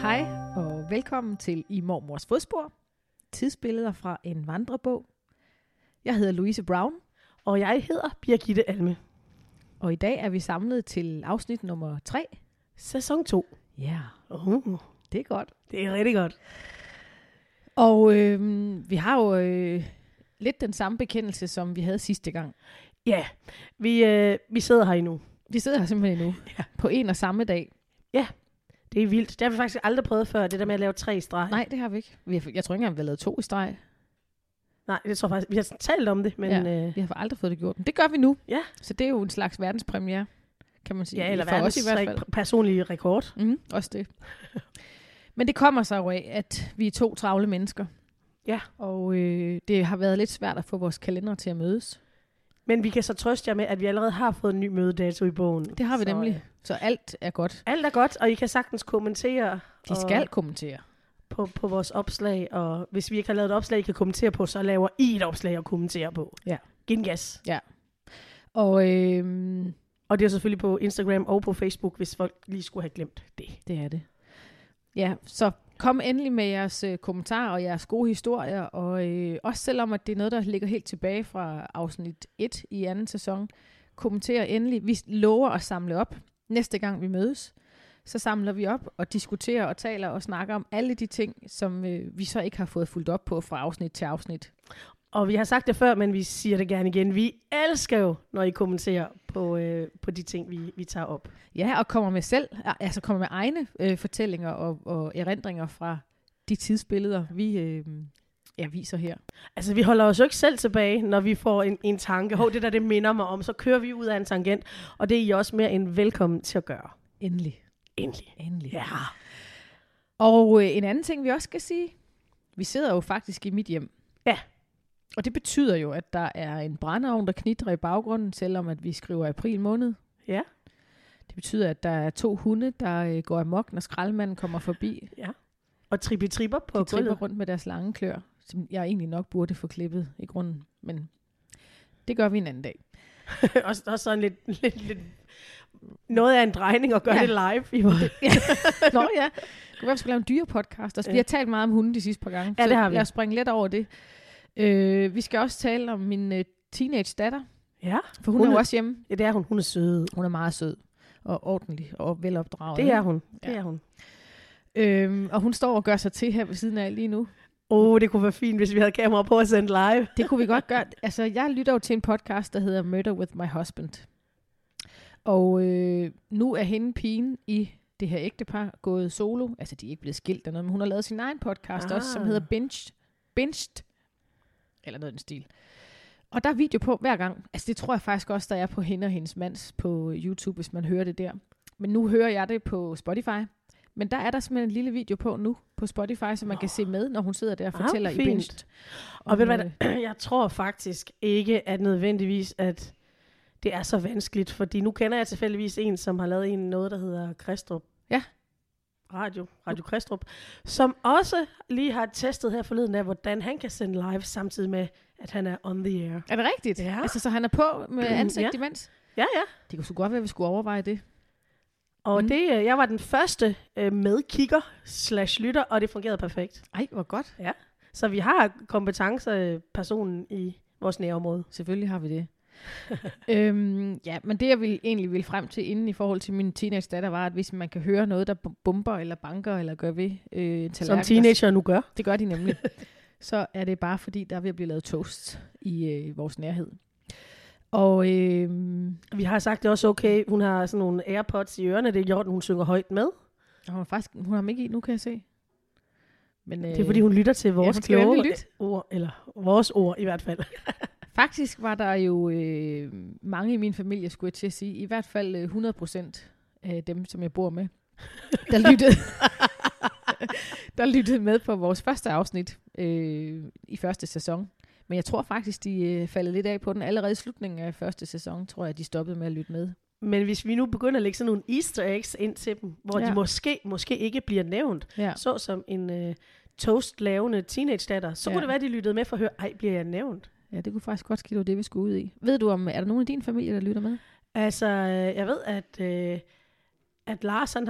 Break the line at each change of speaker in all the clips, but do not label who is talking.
Hej og velkommen til I Mormors Fodspor. Tidsbilleder fra en vandrebog. Jeg hedder Louise Brown.
Og jeg hedder Birgitte Alme.
Og i dag er vi samlet til afsnit nummer 3.
Sæson 2.
Ja, det er godt.
Det er rigtig godt.
Og vi har jo lidt den samme bekendelse, som vi havde sidste gang.
Ja, vi sidder her endnu.
Vi sidder her simpelthen endnu.
Ja.
På en og samme dag.
Ja, det er vildt. Det har vi faktisk aldrig prøvet før, det der med at lave 3 i streg.
Nej, det har vi ikke. Jeg tror ikke engang, vi har lavet 2 i streg.
Nej, det tror jeg faktisk. Vi har talt om det, men...
Ja, vi har aldrig fået det gjort. Men det gør vi nu.
Ja.
Så det er jo en slags verdenspremiere, kan man sige.
Ja, eller
for os i hvert fald.
Personlig rekord.
Også det. Men det kommer så jo af, at vi er 2 travle mennesker.
Ja.
Og det har været lidt svært at få vores kalender til at mødes.
Men vi kan så trøste jer med, at vi allerede har fået en ny mødedato i bogen.
Det har vi nemlig. Så alt er godt.
Alt er godt, og I kan sagtens kommentere.
De skal kommentere.
På vores opslag, og hvis vi ikke har lavet et opslag, I kan kommentere på, så laver I et opslag at kommentere på.
Ja.
Giv den gas.
Ja. Og
det er selvfølgelig på Instagram og på Facebook, hvis folk lige skulle have glemt det.
Det er det. Ja, så kom endelig med jeres kommentarer og jeres gode historier, og også selvom at det er noget, der ligger helt tilbage fra afsnit 1 i anden sæson, kommenter endelig. Vi lover at samle op næste gang vi mødes. Så samler vi op og diskuterer og taler og snakker om alle de ting, som vi så ikke har fået fulgt op på fra afsnit til afsnit.
Og vi har sagt det før, men vi siger det gerne igen. Vi elsker jo, når I kommenterer på de ting, vi tager op.
Ja, og kommer med egne fortællinger og erindringer fra de tidsbilleder, vi viser her.
Altså, vi holder os jo ikke selv tilbage, når vi får en tanke. Det der, det minder mig om. Så kører vi ud af en tangent, og det er I også mere end velkommen til at gøre.
Endelig.
Ja.
Og en anden ting, vi også skal sige. Vi sidder jo faktisk i mit hjem.
Ja.
Og det betyder jo, at der er en brændeovn, der knitrer i baggrunden, selvom at vi skriver april måned.
Ja.
Det betyder, at der er 2 hunde, der går amok, når skraldemanden kommer forbi.
Ja. Og tripper på gulvet.
De tripper rundt med deres lange klør, som jeg egentlig nok burde få klippet i grunden. Men det gør vi en anden dag.
også sådan lidt noget af en drejning at gøre det live.
Nå ja, det kunne være, vi skulle lave en dyrepodcast. Altså, vi har talt meget om hunde de sidste par gange.
Ja, det har vi.
Lad os springe lidt over det. Vi skal også tale om min teenage datter.
Ja.
For hun er jo også hjemme.
Ja, det er hun. Hun er sød.
Hun er meget sød og ordentlig og velopdraget.
Det er hun.
Ja.
Det er hun.
Og hun står og gør sig til her ved siden af lige nu.
Det kunne være fint, hvis vi havde kamera på at sende live.
Det kunne vi godt gøre. Altså, jeg lytter jo til en podcast, der hedder Murder with My Husband. Og nu er hende pigen i det her ægtepar gået solo. Altså, de er ikke blevet skilt eller noget, men hun har lavet sin egen podcast også, som hedder Binged. Eller noget i den stil. Og der er video på hver gang. Altså, det tror jeg faktisk også, der er på hende og hendes mands på YouTube, hvis man hører det der. Men nu hører jeg det på Spotify. Men der er der simpelthen en lille video på nu på Spotify, så man kan se med, når hun sidder der og fortæller i Binged.
Og ved du hvad, jeg tror faktisk ikke, at nødvendigvis, at det er så vanskeligt, fordi nu kender jeg tilfældigvis en, som har lavet noget, der hedder Kristrup.
Ja.
Radio Kristrup, som også lige har testet her forleden af, hvordan han kan sende live, samtidig med, at han er on the air.
Er det rigtigt?
Ja.
Altså, så han er på med ansigt imens?
Ja.
Det kunne sgu godt være, at vi skulle overveje det.
Og jeg var den første medkigger/lytter, og det fungerede perfekt.
Ej, hvor godt.
Ja. Så vi har kompetencepersonen i vores nærområde.
Selvfølgelig har vi det. Men det jeg ville frem til inden i forhold til min teenage datter var, at hvis man kan høre noget, der bomber eller banker eller gør ved
som teenager nu gør.
Det gør de nemlig. Så er det bare fordi, der er ved at blive lavet toast i vores nærhed. Og
vi har sagt det også okay. Hun har sådan nogle AirPods i ørerne. Det er gjort, hun synger højt med.
Hun har dem ikke i nu, kan jeg se. Men,
det er fordi, hun lytter til vores kloge ord. Eller vores ord i hvert fald.
Faktisk var der jo mange i min familie, skulle jeg til at sige. I hvert fald 100% af dem, som jeg bor med, der lyttede med på vores første afsnit i første sæson. Men jeg tror faktisk, de faldet lidt af på den. Allerede i slutningen af første sæson, tror jeg, de stoppede med at lytte med.
Men hvis vi nu begynder at lægge sådan nogle easter eggs ind til dem, hvor de måske ikke bliver nævnt, så som en toast-lavende teenage-datter, så kunne det være, de lyttede med for at høre, bliver jeg nævnt?
Ja, det kunne faktisk godt ske, det var det, vi skulle ud i. Ved du, er der nogen i din familie, der lytter med?
Altså, jeg ved, at Lars, han har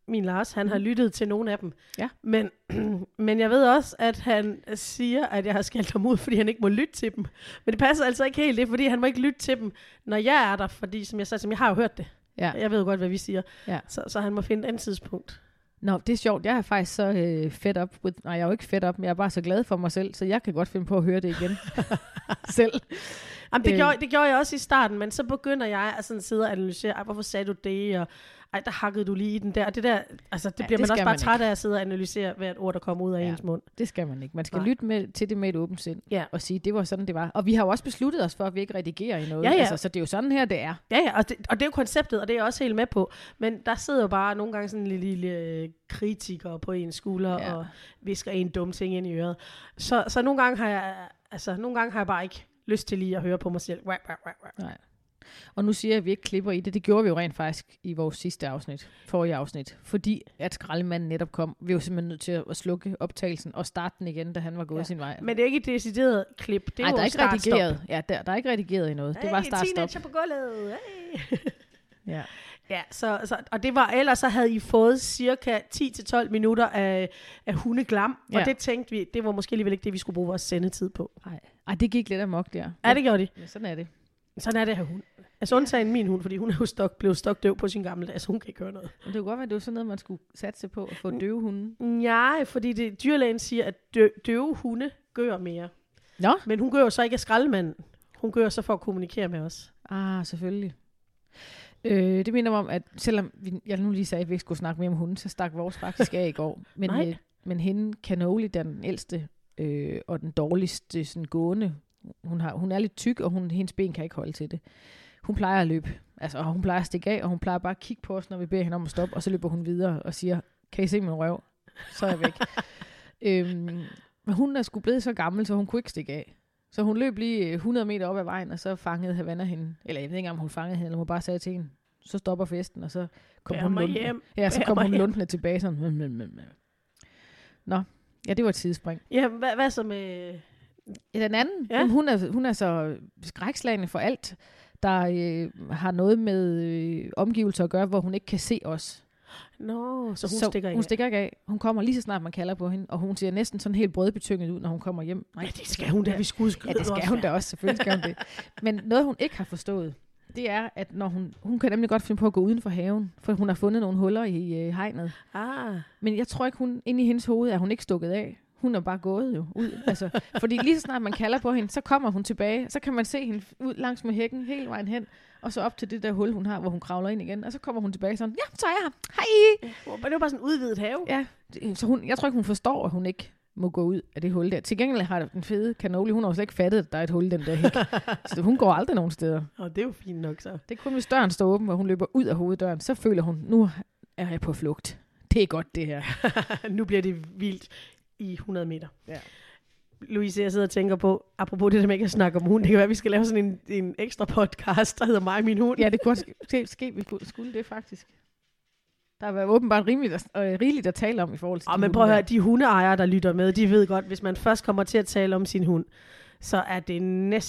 min Lars, han har lyttet til nogle af dem.
Ja.
Men jeg ved også, at han siger, at jeg har skældt ham ud, fordi han ikke må lytte til dem. Men det passer altså ikke helt, det er, fordi han må ikke lytte til dem, når jeg er der, fordi som jeg sagde, jeg har jo hørt det. Ja. Jeg ved jo godt, hvad vi siger. Ja. Så han må finde et andet tidspunkt.
Nå, det er sjovt. Jeg er faktisk så fed up with... Nej, jeg er jo ikke fed up, men jeg er bare så glad for mig selv, så jeg kan godt finde på at høre det igen selv.
Jamen, det gjorde jeg også i starten, men så begynder jeg at sådan sidde og analysere, hvorfor sagde du det, og der hakkede du lige i den der. Og det der, altså det bliver man også bare træt af at sidde og analysere hvert ord, der kommer ud af ens mund. Det skal man ikke. Man skal lytte til det med et åbent sind, og sige, det var sådan, det var. Og vi har jo også besluttet os for, at vi ikke redigerer i noget. Ja. Altså, så det er jo sådan her, det er. Ja, og det er jo konceptet, og det er jeg også helt med på. Men der sidder jo bare nogle gange sådan en lille kritiker på en skulder, og visker en dum ting ind i øret. Så nogle gange har jeg bare ikke lyst til lige at høre på mig selv.
Nej. Og nu siger jeg, at vi ikke klipper i det. Det gjorde vi jo rent faktisk i vores forrige afsnit. Fordi at skraldemanden netop kom. Vi var simpelthen nødt til at slukke optagelsen og starte den igen, da han var gået sin vej.
Men det er ikke et decideret klip. Det er jo
der er ikke redigeret. Ja, der er ikke redigeret i noget. Det var start-stop.
Teenager på gulvet. Hey.
Ja.
Ja, og det var, ellers så havde I fået cirka 10-12 minutter af hundeglam, og det tænkte vi, det var måske alligevel ikke det, vi skulle bruge vores sendetid på.
Ej, det gik lidt amok der.
Ja, det gjorde de.
Ja, sådan er det.
Sådan er det her hund. Altså undtagen min hund, fordi hun er jo blevet stokdøv på sin gamle dag, så hun kan ikke høre noget.
Men det kunne godt være, at det var sådan noget, man skulle satse på at få døve hunde.
Nej, fordi dyrlægen siger, at døve hunde gør mere.
Nå?
Men hun gør jo så ikke af skraldemanden. Hun gør så for at kommunikere med os.
Selvfølgelig. Det minder mig om, at selvom jeg nu lige sagde, at vi ikke skulle snakke mere om hunden, så stak vores faktisk af i går. Men hende, Cannoli, der er den ældste og den dårligste sådan gående, hun er lidt tyk, og hendes ben kan ikke holde til det. Hun plejer at løbe, og hun plejer at stikke af, og hun plejer bare at kigge på os, når vi beder hende om at stoppe, og så løber hun videre og siger, kan I se min røv? Så er jeg væk. Men hun er sgu blevet så gammel, så hun kunne ikke stikke af. Så hun løb lige 100 meter op ad vejen, og så fangede Havana hende. Eller jeg ved ikke, om hun fangede hende, eller hun bare sagde til hende, så stopper festen, og så kom hun lundende. Ja, så kom hun lundende tilbage sådan. Nå, ja, det var et tidsspring.
Ja, hvad så med...
Den anden, hun er så skrækslagende for alt, der har noget med omgivelser at gøre, hvor hun ikke kan se os.
Så stikker ikke
hun stikker ikke af. Hun kommer lige så snart, man kalder på hende, og hun ser næsten sådan helt brødbetynget ud, når hun kommer hjem.
Nej, det skal hun da, vi skulle.
Ja, det skal hun da også, selvfølgelig skal hun det. Men noget, hun ikke har forstået, det er, at når hun kan nemlig godt finde på at gå uden for haven, for hun har fundet nogle huller i hegnet. Men jeg tror ikke, inde i hendes hoved er hun ikke stukket af. Hun er bare gået jo ud. Fordi lige så snart man kalder på hende, så kommer hun tilbage. Så kan man se hende ud langs med hækken hele vejen hen. Og så op til det der hul, hun har, hvor hun kravler ind igen. Og så kommer hun tilbage sådan, ja, så er jeg her. Hej!
Det var bare sådan en udvidet have.
Ja, så jeg tror ikke, hun forstår, at hun ikke må gå ud af det hul der. Til gengæld har den fede Cannoli, hun har jo slet ikke fattet, at der er et hul i den der hæk. Så hun går aldrig nogen steder.
Det er jo fint nok så.
Det er kun, hvis døren står åben, og hun løber ud af hoveddøren, så føler hun, nu er jeg på flugt. Det er godt, det her.
Nu bliver det vildt i 100 meter. Ja. Louise, jeg sidder og tænker på, apropos det der med ikke at snakke om hund, det kan være, at vi skal lave sådan en ekstra podcast, der hedder Mig og min hund.
Ja, det kunne ske, vi skulle det faktisk. Der har været åbenbart rigeligt at tale om i forhold til de
men prøv at høre, de hundeejere, der lytter med, de ved godt, hvis man først kommer til at tale om sin hund, så er det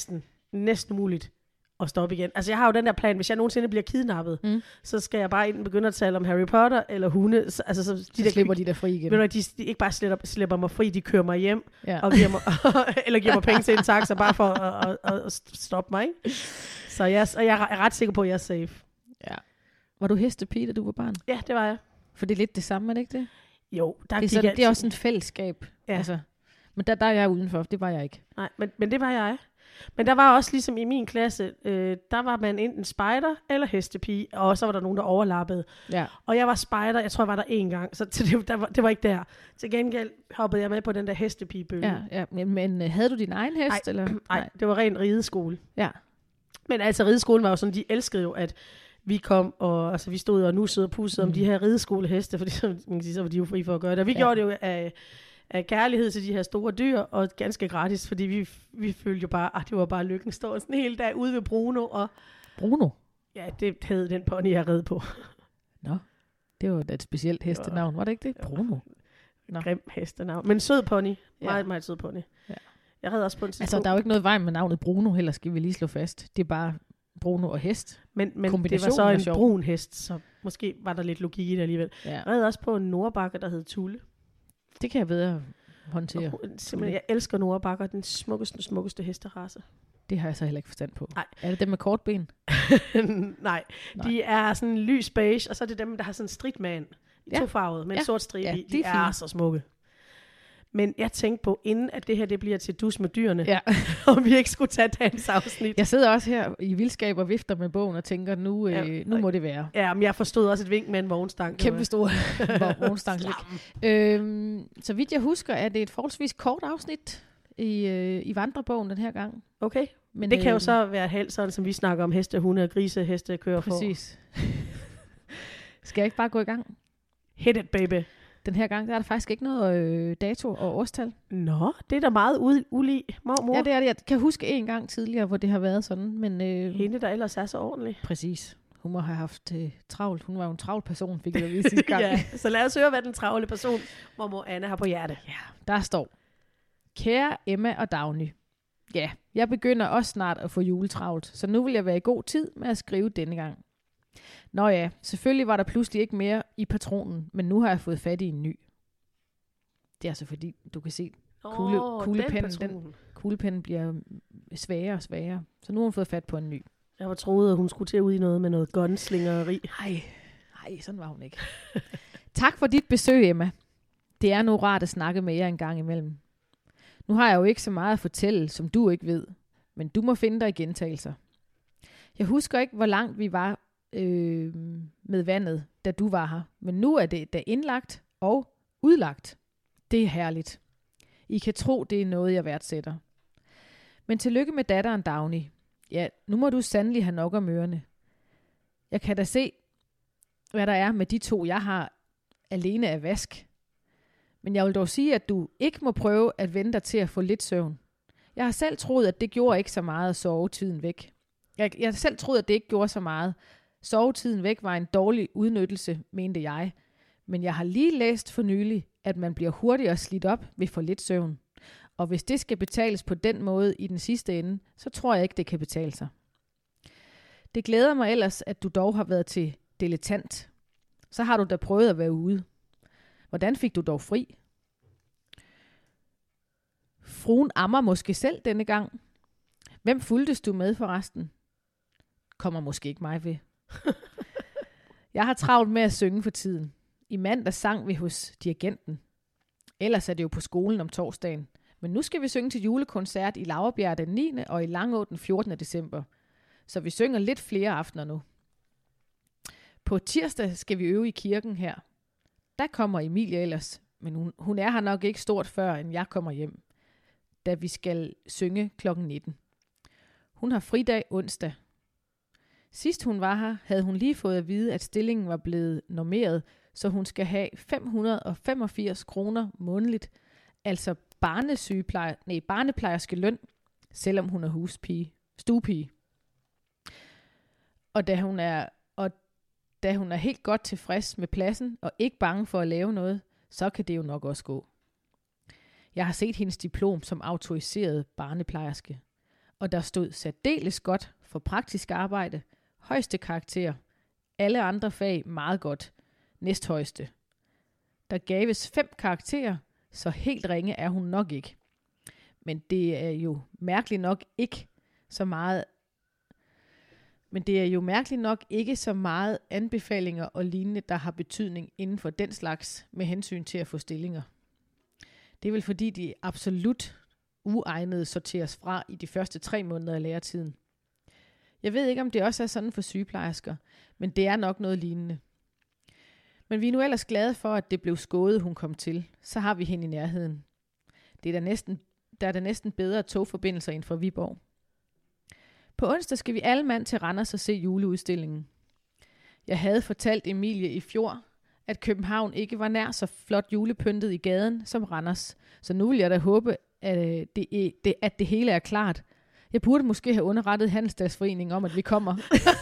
næsten muligt at stoppe igen. Altså jeg har jo den der plan, hvis jeg nogensinde bliver kidnappet, så skal jeg bare enten begynde at tale om Harry Potter eller hunde. Så
slipper de der fri igen.
Ved du, de ikke bare slipper mig fri, de kører mig hjem og giver mig, eller giver mig penge til en taxa, bare for at stoppe mig. Ikke? Så jeg er ret sikker på, at jeg er safe.
Ja. Var du hestepige, da du var barn?
Ja, det var jeg.
For det er lidt det samme, er det ikke det?
Jo.
Det er også et fællesskab. Ja. Altså, men der er jeg udenfor, det var jeg ikke.
Nej, men det var jeg. Men der var også ligesom i min klasse, der var man enten spejder eller hestepige, og så var der nogen, der overlappede. Ja. Og jeg var spejder, jeg tror, jeg var der 1 gang, så det var ikke der. Til gengæld hoppede jeg med på den der hestepigebølge.
Ja, men havde du din egen hest?
Nej, det var ren rideskole.
Ja.
Men altså, rideskolen var jo sådan, de elskede jo, at vi kom, og altså, vi stod og nussede og pussede om de her rideskoleheste, fordi så var de jo fri for at gøre det. Og vi gjorde det jo af kærlighed til de her store dyr, og ganske gratis, fordi vi følte jo bare, at det var bare lykken. Stod sådan en hel dag ude ved Bruno.
Bruno?
Ja, det hed den pony, jeg red på.
Nå, det var et specielt hestenavn, var det ikke det? Bruno?
Grim hestenavn. Men sød pony. Meget, meget sød pony. Ja. Jeg red også på en tidspunkt.
Altså, der er jo ikke noget vej med navnet Bruno, heller skal vi lige slå fast. Det er bare Bruno og hest.
Men det var så en brun hest, så måske var der lidt logik i det alligevel.
Ja.
Jeg red også på en nordbakke, der hed Tulle.
Det kan jeg bedre håndtere.
Simpelthen, jeg elsker nordbakker, den smukkeste hesterace.
Det har jeg så heller ikke forstand på.
Nej.
Er det dem med kort ben?
Nej, de er sådan lys beige, og så er det dem, der har sådan en stritmand i 2 farvede, med en sort stribe i. De er så smukke. Men jeg tænkte på, inden at det her det bliver til dus med dyrene, om vi ikke skulle tage dagens afsnit.
Jeg sidder også her i vildskab og vifter med bogen og tænker, nu må det være.
Ja, men jeg forstod også et vink med en vognstang.
Kæmpe stor vognstang. Så vidt jeg husker, er det et forholdsvis kort afsnit i vandrebogen den her gang.
Okay, men det kan jo så være held, sådan som vi snakker om heste, hunde og grise, heste, kører for.
Præcis. Skal jeg ikke bare gå i gang?
Hit it, baby.
Den her gang, der er der faktisk ikke noget dato og årstal.
Nå, det er da meget ulig, mormor.
Ja, det er det. Jeg kan huske en gang tidligere, hvor det har været sådan. Men,
hende, der ellers er så ordentlig.
Præcis. Hun må have haft travlt. Hun var jo en travl person, fik jeg at vide sidste gang.
Ja, så lad os høre, hvad den travle person, mormor Anne, har på hjerte.
Ja, der står: Kære Emma og Dagny. Ja, jeg begynder også snart at få juletravlt, så nu vil jeg være i god tid med at skrive denne gang. Nå ja, selvfølgelig var der pludselig ikke mere i patronen, men nu har jeg fået fat i en ny. Det er altså fordi, du kan se, kuglepennen bliver svagere og svagere. Så nu har hun fået fat på en ny.
Jeg var troet, at hun skulle til ud i noget med noget gunslingeri.
Nej, sådan var hun ikke. Tak for dit besøg, Emma. Det er nu rart at snakke med jer en gang imellem. Nu har jeg jo ikke så meget at fortælle, som du ikke ved, men du må finde dig i gentagelser. Jeg husker ikke, hvor langt vi var med vandet, da du var her, men nu er det da indlagt og udlagt. Det er herligt. I kan tro, det er noget, jeg værdsætter. Men tillykke med datteren Dagny. Ja, nu må du sandelig have nok om ørerne. Jeg kan da se, hvad der er med de 2, jeg har alene af vask. Men jeg vil dog sige, at du ikke må prøve at vente dig til at få lidt søvn. Jeg har selv troet, at det gjorde ikke så meget at sove tiden væk. Jeg har selv troet, at det ikke gjorde så meget. Sovetiden væk var en dårlig udnyttelse, mente jeg. Men jeg har lige læst for nylig, at man bliver hurtigere slidt op ved for lidt søvn. Og hvis det skal betales på den måde i den sidste ende, så tror jeg ikke, det kan betale sig. Det glæder mig ellers, at du dog har været til dilettant. Så har du da prøvet at være ude. Hvordan fik du dog fri? Fruen ammer måske selv denne gang. Hvem fulgtes du med forresten? Kommer måske ikke mig ved. Jeg har travlt med at synge for tiden. I mandag sang vi hos dirigenten. Ellers er det jo på skolen om torsdagen. Men nu skal vi synge til julekoncert i Laurbjerg den 9. og i Langå den 14. december. Så vi synger lidt flere aftener nu. På tirsdag skal vi øve i kirken her. Der kommer Emilie ellers, men hun er her nok ikke stort før, end jeg kommer hjem, da vi skal synge kl. 19. Hun har fridag onsdag. Sidst hun var her, havde hun lige fået at vide, at stillingen var blevet normeret, så hun skal have 585 kroner månedligt, altså barneplejerske løn, selvom hun er stuepige. Og da hun er helt godt tilfreds med pladsen og ikke bange for at lave noget, så kan det jo nok også gå. Jeg har set hendes diplom som autoriseret barneplejerske, og der stod særdeles godt for praktisk arbejde, højeste karakter, alle andre fag meget godt, næsthøjeste. Der gaves 5 karakterer, så helt ringe er hun nok ikke. Men det er jo mærkeligt nok ikke så meget anbefalinger og lignende, der har betydning inden for den slags med hensyn til at få stillinger. Det er vel fordi, de absolut uegnede sorteres fra i de første 3 måneder af læretiden. Jeg ved ikke, om det også er sådan for sygeplejersker, men det er nok noget lignende. Men vi er nu ellers glade for, at det blev Skåde, hun kom til. Så har vi hende i nærheden. Der er da næsten bedre togforbindelser end fra Viborg. På onsdag skal vi alle mand til Randers og se juleudstillingen. Jeg havde fortalt Emilie i fjor, at København ikke var nær så flot julepyntet i gaden som Randers. Så nu vil jeg da håbe, at det hele er klart. Jeg burde måske have underrettet Handelsdagsforeningen om, at vi kommer.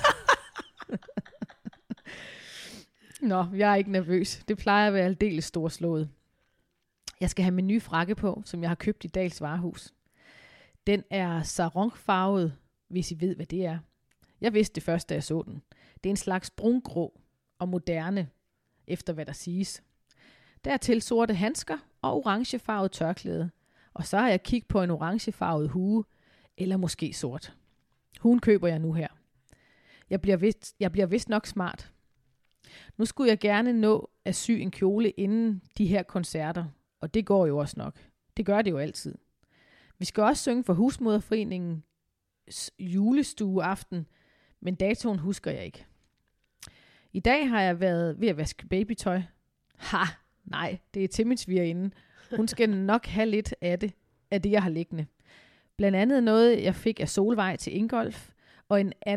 Nå, jeg er ikke nervøs. Det plejer at være aldeles storslået. Jeg skal have min nye frakke på, som jeg har købt i Dahls Varehus. Den er saronfarvet, hvis I ved, hvad det er. Jeg vidste det først, da jeg så den. Det er en slags brungrå, og moderne, efter hvad der siges. Dertil sorte handsker og orangefarvet tørklæde. Og så har jeg kigget på en orangefarvet hue, eller måske sort. Huen køber jeg nu her. Jeg bliver vist nok smart. Nu skulle jeg gerne nå at sy en kjole inden de her koncerter, og det går jo også nok. Det gør det jo altid. Vi skal også synge for Husmoderforeningens julestueaften, men datoen husker jeg ikke. I dag har jeg været ved at vaske babytøj. Nej, det er Timmins-svigerinde. Hun skal nok have lidt af det, jeg har liggende. Blandt andet noget, jeg fik af Solvej til Ingolf, og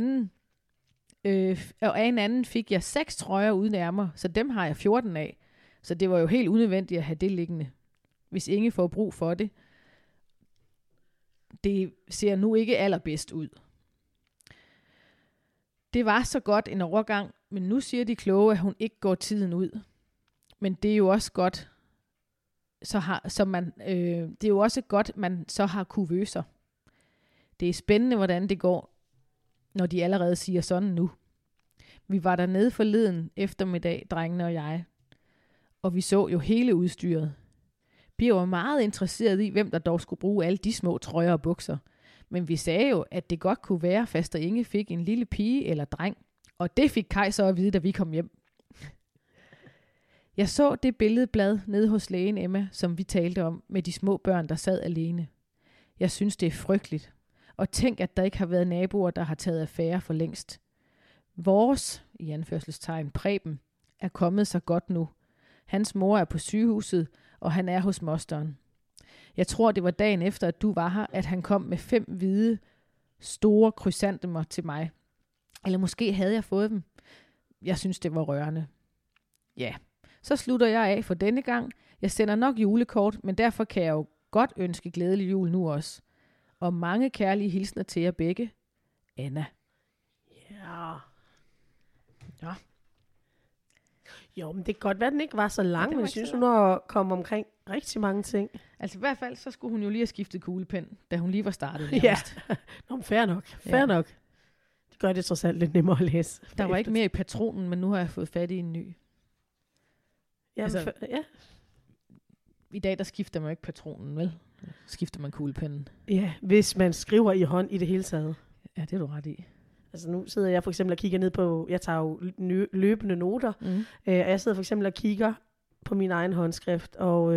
af en anden fik jeg 6 trøjer uden ærmer, så dem har jeg 14 af. Så det var jo helt unødvendigt at have det liggende, hvis ingen får brug for det. Det ser nu ikke allerbedst ud. Det var så godt en overgang, men nu siger de kloge, at hun ikke går tiden ud. Men det er jo også godt, det er jo også godt, man så har kuvøser. Det er spændende, hvordan det går, når de allerede siger sådan nu. Vi var dernede forleden eftermiddag, drengene og jeg, og vi så jo hele udstyret. Pia var meget interesseret i, hvem der dog skulle bruge alle de små trøjer og bukser. Men vi sagde jo, at det godt kunne være, faster Inge fik en lille pige eller dreng. Og det fik Kaj så at vide, da vi kom hjem. Jeg så det billedblad nede hos lægen Emma, som vi talte om, med de små børn, der sad alene. Jeg synes, det er frygteligt. Og tænk, at der ikke har været naboer, der har taget affære for længst. Vores, i anførselstegn, Preben, er kommet så godt nu. Hans mor er på sygehuset, og han er hos mosteren. Jeg tror, det var dagen efter, at du var her, at han kom med 5 hvide, store krysantemmer til mig. Eller måske havde jeg fået dem. Jeg synes, det var rørende. Ja, så slutter jeg af for denne gang. Jeg sender nok julekort, men derfor kan jeg jo godt ønske glædelig jul nu også. Og mange kærlige hilsner til jer begge. Anna.
Ja. Jo, men det kan godt være, at den ikke var så lang, men jeg synes, hun har kommet omkring rigtig mange ting.
Altså i hvert fald, så skulle hun jo lige have skiftet kuglepen, da hun lige var startet nærmest.
Ja, nå, fair nok. Det gør det trods alt lidt nemmere at læse.
Der var ikke mere i patronen, men nu har jeg fået fat i en ny.
Jamen,
altså, i dag, der skifter man jo ikke patronen, vel? Skifter man kuglepennen.
Ja, hvis man skriver i hånd i det hele taget.
Ja, det er du ret i.
Altså nu sidder jeg for eksempel og kigger ned på, jeg tager jo løbende noter, og jeg sidder for eksempel og kigger på min egen håndskrift, og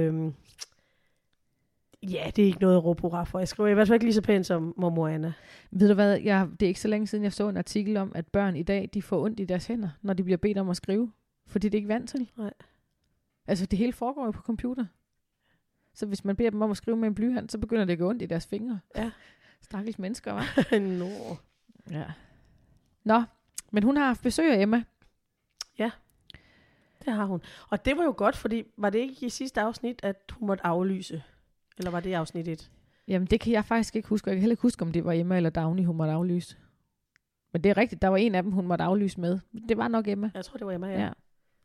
ja, det er ikke noget at råbe hurra for. Jeg skriver i hvert fald ikke lige så pænt som mormor Anna.
Ved du hvad, det er ikke så længe siden, jeg så en artikel om, at børn i dag, de får ondt i deres hænder, når de bliver bedt om at skrive, fordi det er ikke vant til.
Nej.
Altså det hele foregår jo på computer. Så hvis man beder dem om at skrive med en blyant, så begynder det at gå ondt i deres fingre.
Ja.
Stakkels mennesker, hva'?
Nå.
Ja. Nå, men hun har haft besøg af Emma.
Ja, det har hun. Og det var jo godt, fordi var det ikke i sidste afsnit, at hun måtte aflyse? Eller var det afsnit 1?
Jamen, det kan jeg faktisk ikke huske. Jeg kan heller ikke huske, om det var Emma eller Dagny, hun måtte aflyse. Men det er rigtigt, der var en af dem, hun måtte aflyse med. Det var nok Emma.
Jeg tror, det var Emma, ja.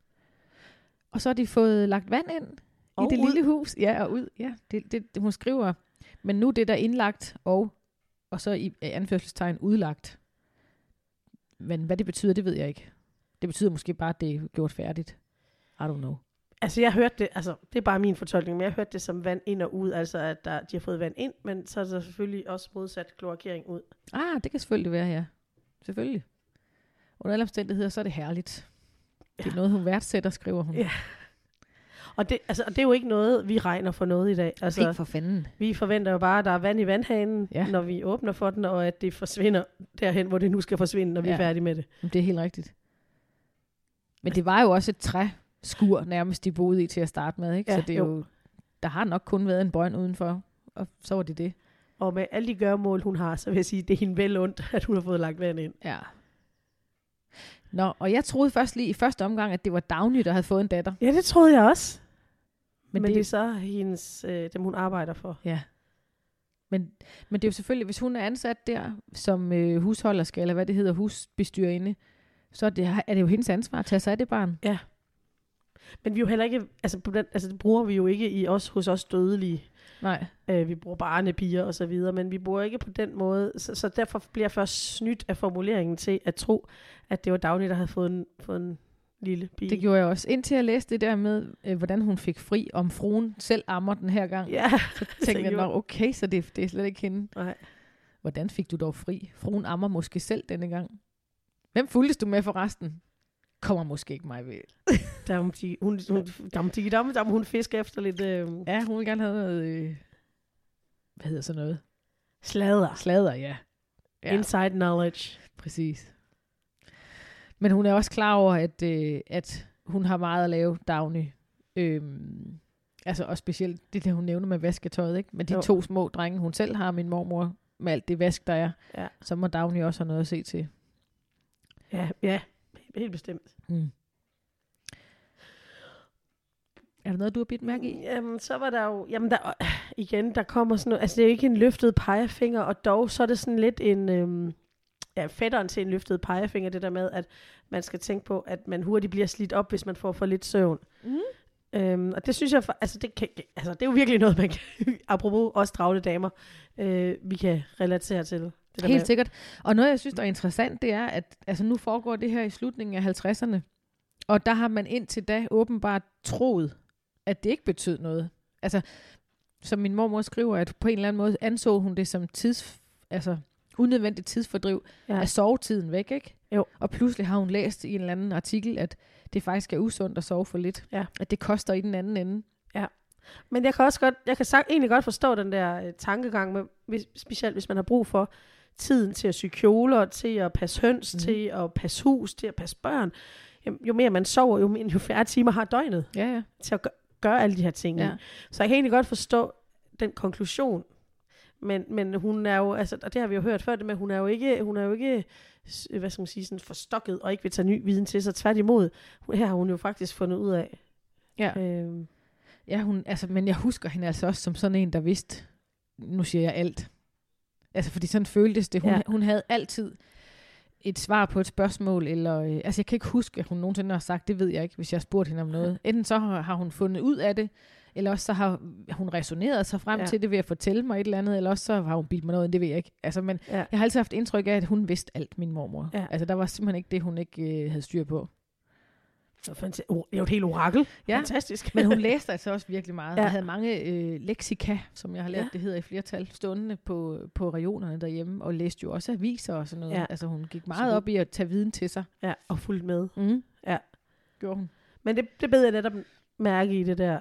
Og så har de fået lagt vand ind og i det lille hus. Ja, og ud. Ja, det, hun skriver. Men nu det der indlagt og så i anførselstegn udlagt. Men hvad det betyder, det ved jeg ikke. Det betyder måske bare, at det er gjort færdigt. I don't know.
Altså jeg hørte det, altså det er bare min fortolkning, men jeg hørte det som vand ind og ud, altså at de har fået vand ind, men så er der selvfølgelig også modsat kloakering ud.
Det kan selvfølgelig være, ja. Selvfølgelig. Under alle omstændigheder, så er det herligt. Det er noget, hun værdsætter, skriver hun.
Ja. Og det er jo ikke noget, vi regner for noget i dag. Altså,
ikke for fanden.
Vi forventer jo bare, at der er vand i vandhanen, når vi åbner for den, og at det forsvinder derhen, hvor det nu skal forsvinde, når vi er færdige med det.
Det er helt rigtigt. Men det var jo også et træskur, nærmest de boede i til at starte med, ikke?
Ja,
så det er jo, der har nok kun været en brønd udenfor, og så var det.
Og med alle de gøremål, hun har, så vil jeg sige, det er hende vel ondt, at hun har fået lagt vand ind.
Ja. Nå, og jeg troede først lige i første omgang, at det var Dagny, der havde fået en datter.
Ja, det troede jeg også. Men det er så hendes, dem hun arbejder for.
Ja. Men det er jo selvfølgelig, hvis hun er ansat der som husholderske, eller hvad det hedder, husbestyrerinde, så er det jo hendes ansvar at tage sig af det barn.
Ja. Men vi jo heller ikke, det bruger vi jo ikke hos os dødelige.
Nej.
Vi bruger barnepiger og så videre, men vi bruger ikke på den måde, så derfor bliver jeg først snydt af formuleringen til at tro, at det var Dagny, der havde fået en lille pige.
Det gjorde jeg også. Indtil jeg læste det der med, hvordan hun fik fri, om fruen selv ammer den her gang.
Ja.
Så tænkte jeg, okay, så det er slet ikke hende.
Nej.
Hvordan fik du dog fri? Fruen ammer måske selv denne gang. Hvem fulgtes du med forresten? Kommer måske ikke mig ved.
Hun fisker efter lidt...
Ja, hun vil gerne have noget... hvad hedder sådan noget?
Sladder,
ja.
Inside knowledge.
Præcis. Men hun er også klar over, at hun har meget at lave, Dagny. Altså, og specielt det, der hun nævner med vasketøjet, ikke? Men de 2 små drenge, hun selv har, min mormor, med alt det vask, der er, så må Dagny også have noget at se til.
Ja, helt bestemt.
Er der noget, du har bidt mærke i?
Jamen, så var der jo... Jamen, der kommer sådan noget... Altså, det er jo ikke en løftet pegefinger, og dog så er det sådan lidt en... fætteren til en løftet pegefinger, det der med, at man skal tænke på, at man hurtigt bliver slidt op, hvis man får for lidt søvn. Og det synes jeg... det er jo virkelig noget, man kan... apropos os travle damer, vi kan relatere til. Det
helt sikkert. Og noget, jeg synes, der er interessant, det er, at altså, nu foregår det her i slutningen af 50'erne, og der har man indtil da åbenbart troet, at det ikke betød noget. Altså, som min mormor skriver, at på en eller anden måde anså hun det som unødvendigt tidsfordriv af sovetiden væk, ikke?
Jo.
Og pludselig har hun læst i en eller anden artikel, at det faktisk er usundt at sove for lidt.
Ja.
At det koster i den anden ende.
Ja. Men jeg kan egentlig godt forstå den der tankegang, med, specielt hvis man har brug for tiden til at sy kjoler, til at passe høns, til at passe hus, til at passe børn. Jo mere man sover, jo færre timer har døgnet til at gøre alle de her ting. Ja. Så jeg kan egentlig godt forstå den konklusion. Men hun er jo, altså, og det har vi jo hørt før, men hun er jo ikke hvad skal man sige, sådan forstokket og ikke vil tage ny viden til sig. Tværtimod, her har hun jo faktisk fundet ud af.
Ja. Ja, men jeg husker hende altså også som sådan en, der vidste, nu siger jeg alt. Altså, fordi sådan føltes det. Hun havde altid et svar på et spørgsmål, eller, altså jeg kan ikke huske, at hun nogensinde har sagt, det ved jeg ikke, hvis jeg spurgte hende om noget. Enten så har hun fundet ud af det, eller også så har hun resoneret sig frem til det ved at fortælle mig et eller andet, eller også så har hun bildt mig noget, det ved jeg ikke. Altså, men jeg har altid haft indtryk af, at hun vidste alt, min mormor. Ja. Altså, der var simpelthen ikke det, hun ikke havde styr på.
Det er jo et helt orakel.
Ja.
Fantastisk.
Men hun læste altså også virkelig meget. Jeg havde mange leksika, som jeg har lært, det hedder i flertal, stående på regionerne derhjemme, og læste jo også aviser og sådan noget. Ja. Altså hun gik meget op i at tage viden til sig.
Ja, og fulgte med. Ja.
Gjorde hun.
Men det bed jeg netop mærke i det der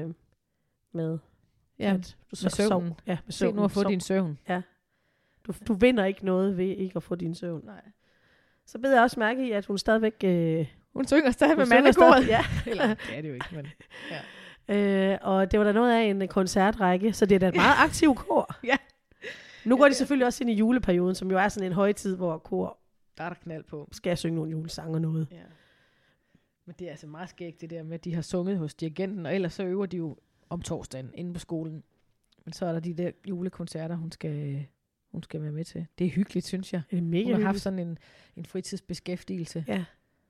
med,
at du med søvnen.
Ja, med søvnen.
Se nu at få din søvn.
Ja. Du vinder ikke noget ved ikke at få din søvn.
Nej.
Så bed jeg også mærke i, at hun stadigvæk...
Hun synger stadig med mandekoret.
Ja.
Eller, det er det jo ikke, men... Ja.
Og det var da noget af en koncertrække, så det er da et meget aktivt kor.
Ja.
Nu går de selvfølgelig også ind i juleperioden, som jo er sådan en højtid, hvor kor...
Der er der knald på.
Skal jeg synge nogle julesange og noget. Ja.
Men det er altså meget skægt, det der med, at de har sunget hos dirigenten, og ellers så øver de jo om torsdagen inde på skolen. Men så er der de der julekoncerter, hun skal være med til. Det er hyggeligt, synes jeg.
Det er mega
hun har haft sådan en fritidsbeskæftigelse.
Ja.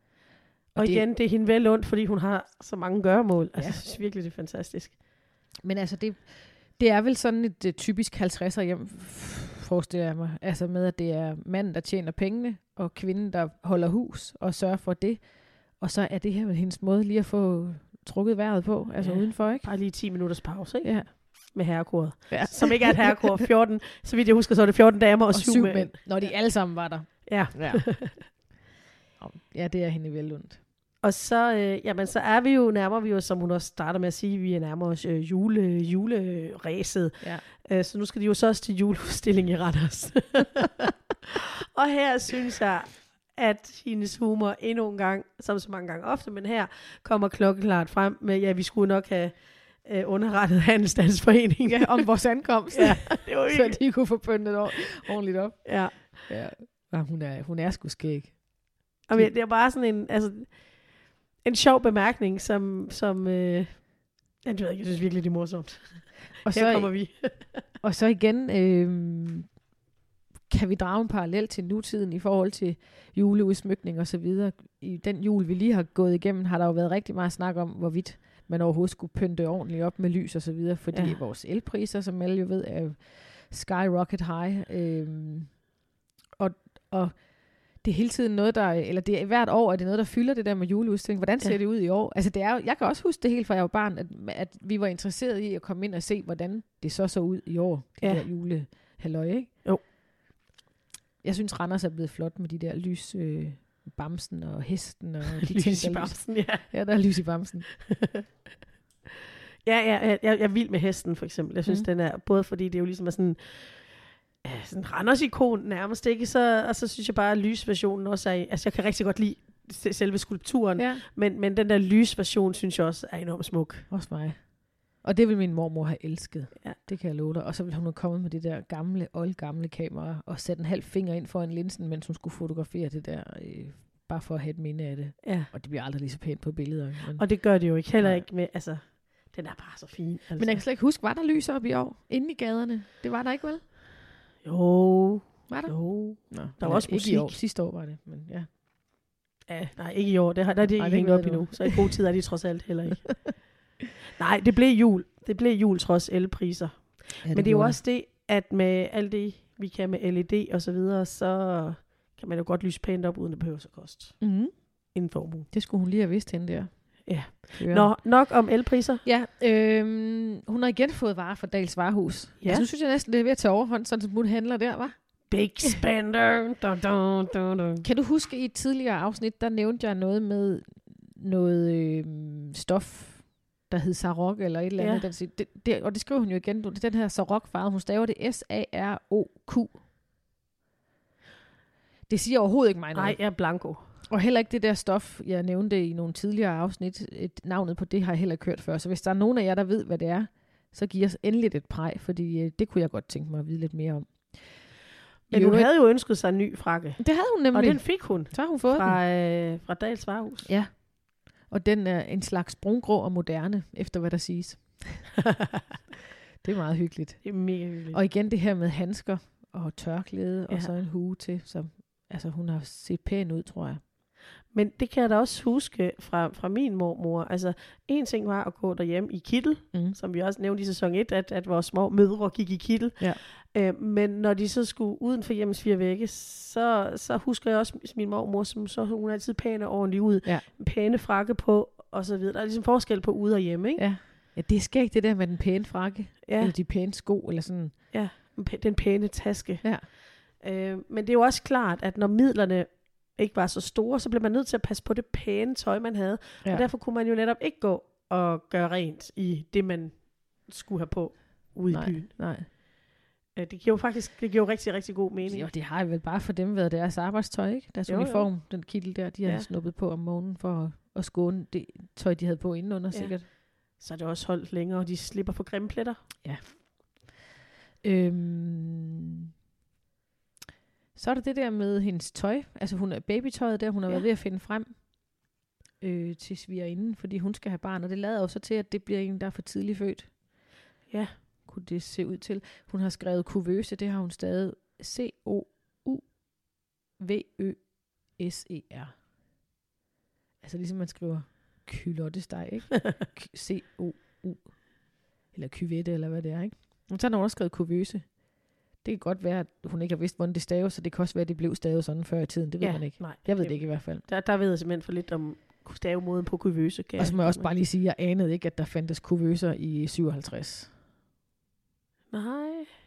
Og igen, det er hende vel ondt, fordi hun har så mange gøremål. Altså, jeg synes virkelig, det er fantastisk.
Men altså, det er vel sådan et typisk 50'er hjem, forestiller jeg mig. Altså med, at det er manden, der tjener pengene, og kvinden, der holder hus og sørger for det. Og så er det her vel hendes måde lige at få trukket vejret på, altså udenfor, ikke?
Bare lige 10 minutters pause, ikke?
Ja.
Med herrekoret. Ja. Som ikke er et herrekor. 14, så vidt jeg husker, så er det 14 damer og 7 mænd.
Når de alle sammen var der.
Ja.
Ja, det er hende vel ondt.
Og så, så nærmer vi jo, som hun også starter med at sige, vi er nærmere os juleræset. Ja. Så nu skal de jo så også til juleudstilling i Randers. Og her synes jeg, at hendes humor endnu en gang, som så mange gange ofte, men her kommer klokkeklart frem med, vi skulle nok have underrettet Handelsstandsforeningen
om vores ankomst.
Ja, det var
så de kunne få pyntet ordentligt op.
Ja.
Hun er sgu skæg.
Og det er bare sådan en sjov bemærkning, som jeg synes virkelig, det er morsomt. Og her kommer vi.
Og så igen, kan vi drage en parallel til nutiden i forhold til juleudsmykning og så videre. I den jul, vi lige har gået igennem, har der jo været rigtig meget snak om, hvorvidt man overhovedet skulle pynte ordentligt op med lys og så videre, fordi vores elpriser, som alle jo ved, er skyrocket high. Og Det er hele tiden noget, eller det er hvert år, er det noget, der fylder det der med juleudstilling. Hvordan ser det ud i år? Altså det er jo, jeg kan også huske det helt fra jeg var barn, at vi var interesseret i at komme ind og se, hvordan det så ud i år, det der julehalløj, ikke?
Jo.
Jeg synes, Randers er blevet flot med de der lys, bamsen og hesten og de
lys
ting,
i bamsen, ja.
Ja, der er lys i bamsen.
Jeg er vild med hesten, for eksempel. Jeg synes, den er, både fordi det jo ligesom er sådan Randers-ikon nærmest, ikke? Og så synes jeg bare, at lysversionen også er, altså jeg kan rigtig godt lide selve skulpturen, men den der lysversion, synes jeg også er enormt smuk.
Også mig. Og det vil min mormor have elsket.
Ja.
Det kan jeg love dig. Og så ville hun have kommet med det der gamle, oldgamle kamera, og sætte en halv finger ind foran linsen, mens hun skulle fotografere det der, bare for at have et minde af det.
Ja.
Og det bliver aldrig lige så pænt på billeder. Men...
Og det gør det jo ikke, heller ikke med, altså, den er bare så fin. Altså.
Men jeg kan slet ikke huske, var der lys op i år, inde i gaderne? Det var der ikke, vel?
Jo.
Var der?
Jo.
Nå,
der var også musik.
Ikke i år. Sidste år var det, men ja.
Ja, nej, ikke i år. Der er det ikke hængt op endnu. Så i god tid er de trods alt heller ikke. Nej, det blev jul. Det blev jul trods elpriser. Ja, men det er jo også det, at med alt det, vi kan med LED og så videre, så kan man jo godt lyse pænt op, uden det behøver så kost.
Mm-hmm.
En formue.
Det skulle hun lige have vidst hende der.
Ja. Nå, nok om elpriser.
Ja, hun har igen fået varer fra Dahls Varehus. Ja. Altså, nu synes jeg næsten, det er ved at tage overhånd, sådan som hun handler der, var.
Big spender.
Kan du huske, i et tidligere afsnit, der nævnte jeg noget med noget stof, der hed Sarok eller et eller andet. Ja. Og det skriver hun jo igen. Det er den her Sarok-farve. Hun staver det S-A-R-O-Q. Det siger overhovedet ikke mig noget.
Nej, jeg er blanco.
Og heller ikke det der stof, jeg nævnte i nogle tidligere afsnit. Navnet på det har jeg heller ikke hørt før. Så hvis der er nogen af jer, der ved, hvad det er, så giver os endelig et præg, fordi det kunne jeg godt tænke mig at vide lidt mere om.
Men hun havde jo ønsket sig en ny frakke.
Det havde hun nemlig.
Og den fik hun.
Så har hun fået den.
Fra Dahls Varehus.
Ja. Og den er en slags brungrå og moderne, efter hvad der siges. Det er meget hyggeligt.
Det er mega hyggeligt.
Og igen det her med handsker og tørklæde, og så en hue til. Så, altså hun har set pæn ud, tror jeg.
Men det kan jeg da også huske fra min mormor. Altså, en ting var at gå derhjemme i kittel, som vi også nævnte i sæson 1, at vores små mødre gik i kittel. Ja. Men når de så skulle uden for hjemmets 4 vægge, så husker jeg også min mormor, som så hun er altid pæn og ordentlig ud. Ja. Pæne frakke på, og så videre. Der er ligesom forskel på ude og hjemme, ikke?
Ja. Ja, det er skægt det der med den pæne frakke. Ja. Eller de pæne sko, eller sådan.
Ja, den pæne taske. Ja. Men det er jo også klart, at når midlerne ikke var så store, så blev man nødt til at passe på det pæne tøj, man havde. Ja. Og derfor kunne man jo netop ikke gå og gøre rent i det, man skulle have på ude i byen.
Nej.
Det giver jo rigtig, rigtig god mening.
Jo, det har jo vel bare for dem været deres arbejdstøj, ikke? Deres uniform, den kittel der, de har snuppet på om morgenen for at skåne det tøj, de havde på indenunder, sikkert.
Så er det også holdt længere, og de slipper for grimpletter. Ja.
Så er der det der med hendes tøj. Altså hun er babytøjet der, hun har været ved at finde frem til svigerinden, fordi hun skal have barn. Og det lader jo så til, at det bliver en, der er for tidligt født. Ja. Kunne det se ud til. Hun har skrevet kuvøse, det har hun stadig. C-O-U-V-Ø-S-E-R. Altså ligesom man skriver kylottesteg, ikke? C-O-U. Eller kyvette, eller hvad det er, ikke? Og så har hun også skrevet kuvøse. Det kan godt være, at hun ikke har vidst, hvordan det staves, så det kan også være, at det blev stavet sådan før i tiden. Det ved man ikke. Nej, jeg ved det ikke i hvert fald.
Der ved jeg simpelthen for lidt om stavemåden på kuvøse.
Og så må jeg også bare lige sige, at jeg anede ikke, at der fandtes kuvøser i 57.
Nej.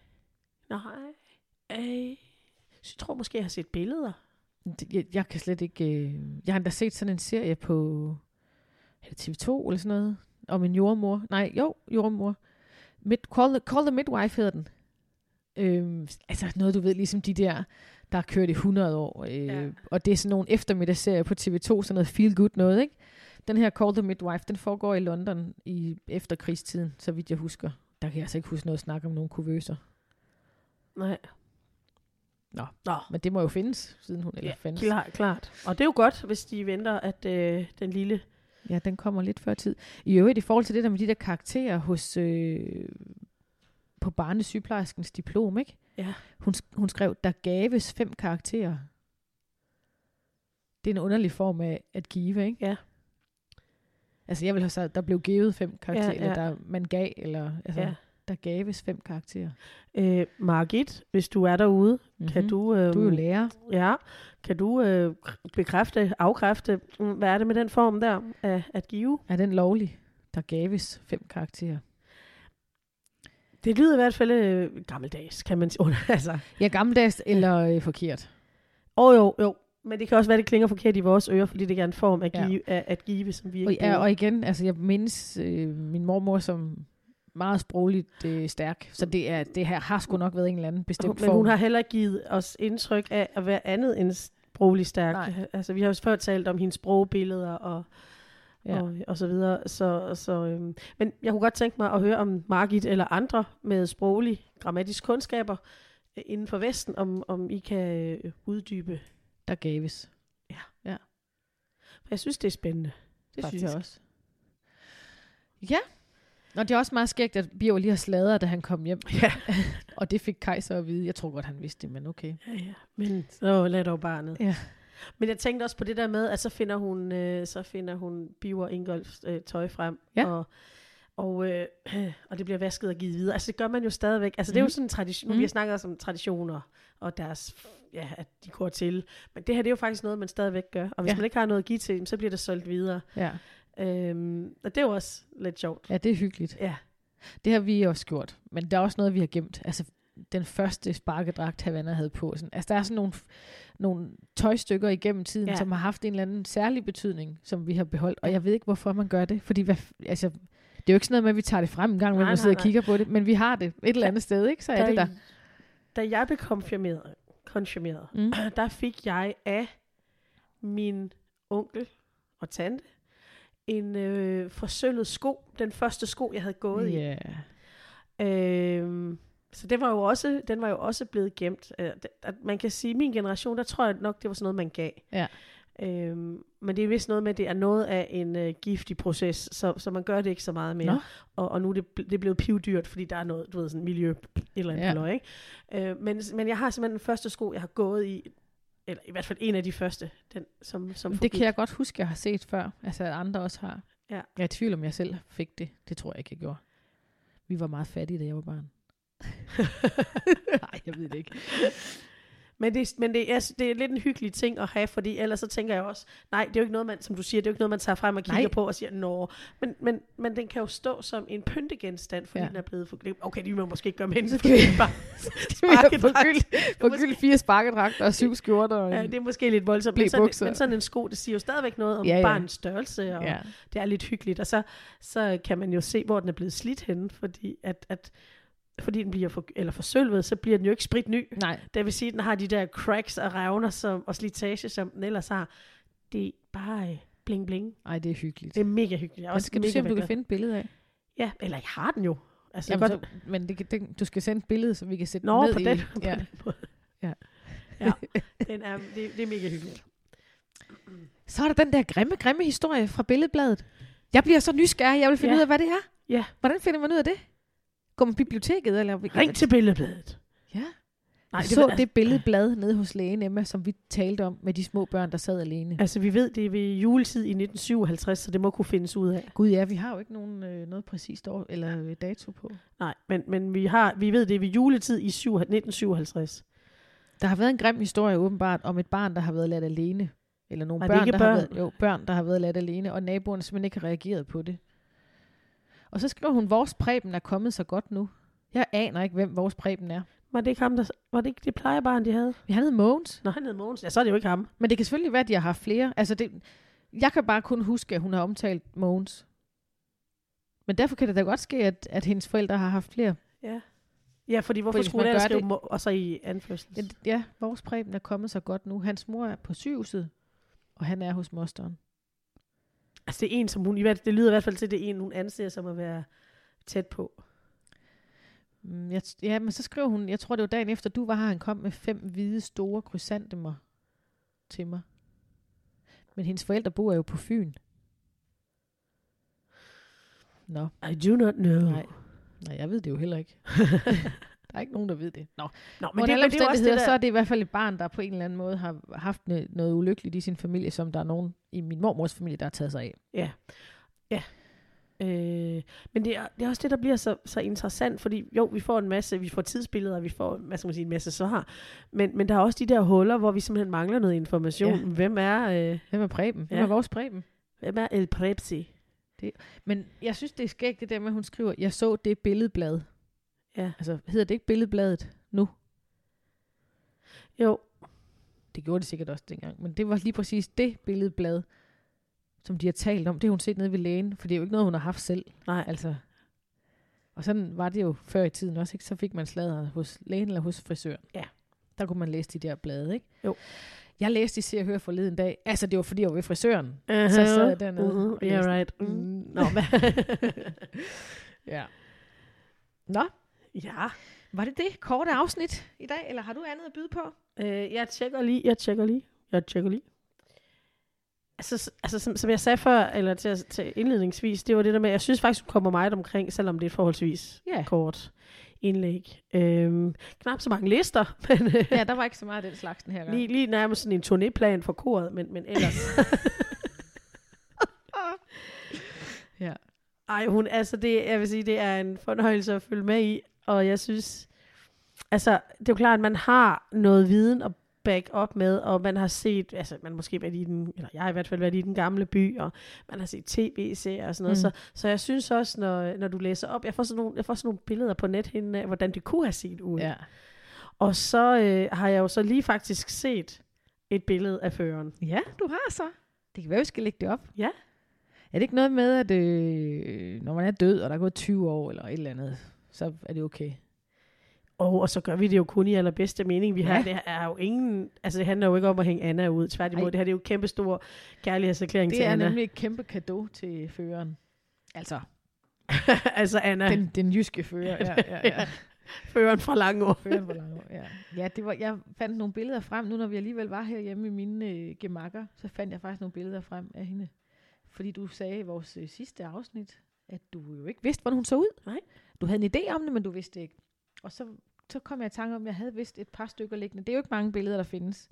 Jeg tror måske, jeg har set billeder.
Jeg kan slet ikke... Jeg har endda set sådan en serie på TV2 eller sådan noget, om en jordmor. Nej, jordmor. Call the Midwife hedder den. Altså noget, du ved, ligesom de der har kørt i 100 år. Og det er sådan nogle eftermiddagsserier på TV2, sådan noget feel good noget, ikke? Den her Call the Midwife, den foregår i London i efterkrigstiden, så vidt jeg husker. Der kan jeg altså ikke huske noget snak om nogle kuvøser.
Nej.
Nå. Men det må jo findes, siden hun findes.
Klart. Og det er jo godt, hvis de venter, at den lille...
Ja, den kommer lidt før tid. I øvrigt, i forhold til det der med de der karakterer hos... på barnesygeplejerskens diplom, ikke? Ja. Hun skrev, der gaves 5 karakterer. Det er en underlig form af at give, ikke? Ja. Altså, jeg vil have sagt, der blev givet 5 karakterer, eller der man gav, eller... Altså. der gaves 5 karakterer.
Margit, hvis du er derude, kan du...
Du er jo lærer.
Ja, kan du afkræfte, hvad er det med den form der af at give?
Er den lovlig? Der gaves 5 karakterer.
Det lyder i hvert fald gammeldags, kan man sige. Altså.
Ja, gammeldags eller forkert.
Jo. Men det kan også være, det klinger forkert i vores ører, fordi det er en form at give, som vi ikke bruger.
Og igen, altså jeg mindes min mormor som meget sprogligt stærk, så det her har sgu nok været en eller anden bestemt form.
Men hun har heller givet os indtryk af at være andet end sprogligt stærk. Nej. Altså vi har jo før talt om hendes sprogbilleder og så videre. Men jeg kunne godt tænke mig at høre om Margit eller andre med sproglige, grammatiske kundskaber inden for Vesten, om I kan uddybe.
Der gaves.
Ja. Jeg synes, det er spændende.
Det faktisk. Synes jeg også. Ja. Og det er også meget skægt, at Birger lige har sladret, da han kom hjem.
Ja.
Og det fik Kaiser at vide. Jeg tror godt, han vidste det, men okay.
Ja. Men så lad dog barnet.
Ja.
Men jeg tænkte også på det der med, at så finder hun Birger Ingolfs tøj frem.
Ja.
Og det bliver vasket og givet videre. Altså det gør man jo stadigvæk. Altså det er jo sådan en tradition. Vi har snakket også om traditioner, og deres, at de går til. Men det her, det er jo faktisk noget, man stadigvæk gør. Og hvis man ikke har noget at give til dem, så bliver det solgt videre.
Ja.
Og det er jo også lidt sjovt.
Ja, det er hyggeligt.
Ja.
Det har vi også gjort. Men der er også noget, vi har gemt. Altså den første sparkedragt, Havana havde på. Sådan. Altså der er sådan nogle tøjstykker igennem tiden, som har haft en eller anden særlig betydning, som vi har beholdt. Og jeg ved ikke, hvorfor man gør det. Fordi det er jo ikke sådan noget med, at vi tager det frem en gang, når vi sidder og kigger på det. Men vi har det et eller andet sted, ikke? Så er det der.
Da jeg blev konfirmeret, der fik jeg af min onkel og tante en forsølvet sko. Den første sko, jeg havde gået i. Så den var jo også blevet gemt. Man kan sige, at min generation, der tror jeg nok, det var sådan noget, man gav.
Ja.
Men det er vist noget med, at det er noget af en giftig proces, så man gør det ikke så meget mere. Og nu er det blevet pivdyrt, fordi der er noget, du ved, sådan miljø, et eller andet løg, ikke? Men jeg har simpelthen den første sko, jeg har gået i, eller i hvert fald en af de første, den som
det kan jeg godt huske, jeg har set før, altså at andre også har.
Ja.
Jeg er i tvivl, om jeg selv fik det. Det tror jeg ikke, jeg gjorde. Vi var meget fattige, da jeg var barn. Nej, jeg ved det ikke.
Men det er lidt en hyggelig ting at have, fordi ellers så tænker jeg også, nej, det er jo ikke noget, man, som du siger, det er jo ikke noget, man tager frem og kigger på og siger, nå. Men den kan jo stå som en pyntegenstand, fordi den er blevet forglemt. Okay, det vil man måske ikke gøre med hende, så skal vi bare
forgylde 4 sparkedragter og 7 skjorter. Og
det er måske lidt voldsomt, men sådan en sko, det siger jo stadigvæk noget om barnets størrelse, og det er lidt hyggeligt. Og så kan man jo se, hvor den er blevet slidt henne, fordi den bliver forsølvet, så bliver den jo ikke spritny.
Nej.
Det vil sige, at den har de der cracks og revner og slitage, som den ellers har. Det er bare bling bling.
Ej, det er hyggeligt.
Det er mega hyggeligt.
Men skal du se, om du kan finde et billede af?
Ja, eller jeg har den jo. Altså,
jamen, men du skal sende et billede, så vi kan sætte den ned
på
i.
Den
måde. Ja.
Det er mega hyggeligt.
Så er der den der grimme historie fra Billedbladet. Jeg bliver så nysgerrig, jeg vil finde ud af, hvad det er.
Ja.
Hvordan finder man ud af det? Går man biblioteket? Eller?
Ring til Billedbladet.
Ja. Det billedblad nede hos lægen Emma, som vi talte om med de små børn, der sad alene.
Altså vi ved, det er ved juletid i 1957, så det må kunne findes ud af.
Gud ja, vi har jo ikke noget præcist år eller dato på.
Nej, men vi ved, det er ved juletid i 1957.
Der har været en grim historie åbenbart om et barn, der har været ladt alene. Eller nogle børn, der har været ladt alene, og naboerne simpelthen ikke har reageret på det. Og så skriver hun, vores Preben er kommet så godt nu. Jeg aner ikke, hvem vores Preben er.
Var det ikke ham, var det ikke det plejebarn, de havde?
Han hed Mogens.
Nå, han hed Mogens. Ja, så er det jo ikke ham.
Men det kan selvfølgelig være, at de har haft flere. Altså jeg kan bare kun huske, at hun har omtalt Mogens. Men derfor kan det da godt ske, at hendes forældre har haft flere.
Ja. Ja, fordi hvorfor skulle det skrive og så i anførsels?
Ja, vores Preben er kommet så godt nu. Hans mor er på sygehuset, og han er hos mosteren.
Altså det er en, som hun, det lyder i hvert fald til, det er en, hun anser som at være tæt på.
Ja, men så skriver hun, jeg tror det var dagen efter, du var her, han kom med 5 hvide store krysantemmer til mig. Men hendes forældre bor jo på Fyn. Nå.
I do not know.
Nej, jeg ved det jo heller ikke. Der er ikke nogen, der ved det. Nå,
men det er også det der...
så er det i hvert fald et barn, der på en eller anden måde har haft noget ulykkeligt i sin familie, som der er nogen i min mormors familie, der har taget sig af.
Ja. Men det er også det, der bliver så interessant, fordi jo, vi får tidsbilleder, vi får, en masse svar, men der er også de der huller, hvor vi simpelthen mangler noget information. Ja. Hvem er
Preben? Hvem er vores Preben?
Hvem er El Prebsi?
Men jeg synes, det er skægt, det der med, at hun skriver, jeg så det billedblad.
Ja.
Altså, hedder det ikke billedbladet nu?
Jo.
Det gjorde det sikkert også dengang, men det var lige præcis det billedblad, som de har talt om. Det har hun set nede ved lægen, for det er jo ikke noget, hun har haft selv.
Nej.
Altså. Og sådan var det jo før i tiden også, ikke? Så fik man sladder hos lægen eller hos frisøren.
Ja.
Der kunne man læse de der blade, ikke?
Jo.
Jeg læste i Se og Hør forleden dag. Altså, det var fordi, jeg var ved frisøren. Så sad jeg dernede.
Yeah, right.
Nå, ja. Nå.
Ja.
Var det korte afsnit i dag, eller har du andet at byde på?
Jeg tjekker lige. Altså som jeg sagde før, eller til indledningsvis, det var det der med, jeg synes faktisk, hun kommer meget omkring, selvom det er et forholdsvis kort indlæg. Knap så mange lister, men
ja, der var ikke så meget af den slags den her gang.
Lige nærmest sådan en turnéplan for koret, men ellers.
Ja.
Ej, jeg vil sige, det er en fornøjelse at følge med i, og jeg synes, altså, det er jo klart, at man har noget viden at back op med, og man har set, altså, man har måske været i den, eller jeg har i hvert fald været i den gamle by, og man har set tv-serier og sådan noget, så jeg synes også, når du læser op, jeg får sådan nogle billeder på nethinden af, hvordan det kunne have set ud.
Ja.
Og så har jeg jo så lige faktisk set et billede af føreren.
Ja, du har så. Det kan være, vi skal lægge det op.
Ja.
Er det ikke noget med, at når man er død, og der er gået 20 år eller et eller andet, så er det okay?
Og så gør vi det jo kun i allerbedste mening. Det er jo ingen, altså det handler jo ikke om at hænge Anna ud. Tværtimod, det her det er jo kæmpe stor kærlighedserklæring til Anna.
Det er nemlig et kæmpe cadeau til føreren. Altså.
Altså Anna.
Den jyske fører, ja.
Føreren fra Langå.
Ja. Ja, jeg fandt nogle billeder frem, nu når vi alligevel var herhjemme i mine gemakker, så fandt jeg faktisk nogle billeder frem af hende. Fordi du sagde i vores sidste afsnit, at du jo ikke vidste, hvordan hun så ud.
Nej.
Du havde en idé om det, men du vidste ikke. Og så kom jeg i tanke om, at jeg havde vist et par stykker liggende. Det er jo ikke mange billeder, der findes.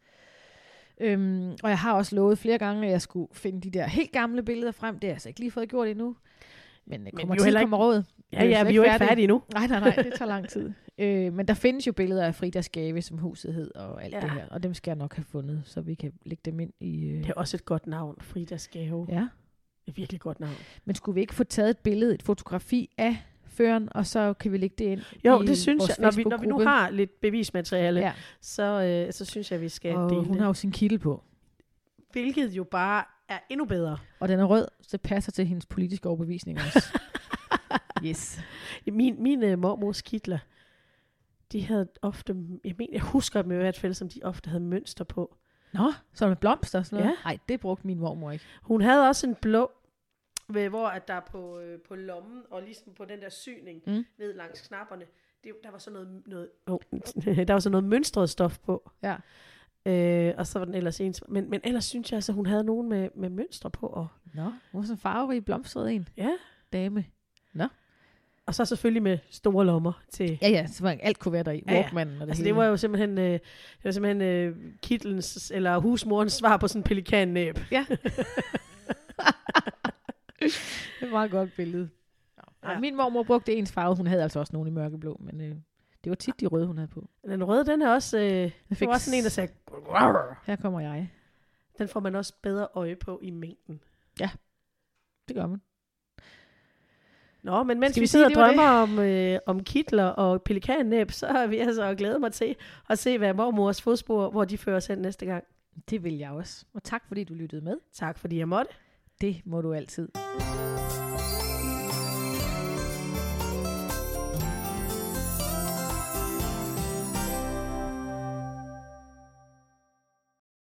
Og jeg har også lovet flere gange, at jeg skulle finde de der helt gamle billeder frem. Det har jeg altså ikke lige fået gjort endnu. Men kommer råd.
Ja, vi er jo ikke færdige endnu.
Nej, det tager lang tid. Men der findes jo billeder af Fridas Gave, som huset hed, og alt det her. Og dem skal jeg nok have fundet, så vi kan lægge dem ind i...
Det er også et godt navn, Fridas Gave.
Ja.
Et virkelig godt navn.
Men skulle vi ikke få taget et billede, et fotografi af føreren, og så kan vi lægge det ind
jo, det synes jeg. Når vi nu har lidt bevismateriale, så synes jeg, vi skal dele det.
Hun har jo sin kittel på.
Hvilket jo bare er endnu bedre.
Og den er rød, så det passer til hendes politiske overbevisning også. Yes.
Mine mormors kitler, de havde ofte, jeg husker dem i hvert fald, som de ofte havde mønster på.
Nå, så med blomster og sådan noget?
Ja.
Nej, det brugte min mormor ikke.
Hun havde også en blå, hvor at der på lommen, og ligesom på den der syning, ned langs knapperne, der var sådan der var sådan noget mønstret stof på.
Ja.
Og så var den ellers ens. Men ellers synes jeg, at hun havde nogen med mønstre på. Og
nå, hun var sådan farverig blomstret en.
Ja.
Dame. Nå.
Og så selvfølgelig med store lommer til...
Ja, så alt kunne være der i. Walkmanen og det
altså
hele.
Det var jo simpelthen kittlens, eller husmorens svar på sådan en pelikannæb.
Ja. Det var et meget godt billede. Ja. Min mormor brugte ens farve. Hun havde altså også nogle i mørkeblå, men det var tit de røde, hun havde på.
Den røde, den er også... det var også sådan en, der sagde...
Her kommer jeg.
Den får man også bedre øje på i mængden.
Ja, det gør man.
Nå, men mens vi sidder og drømmer om kitler og pelikannæb, så har vi altså glædet mig til at se, hvad mormors fodspor, hvor de fører os hen næste gang.
Det vil jeg også. Og tak, fordi du lyttede med.
Tak, fordi jeg måtte.
Det må du altid.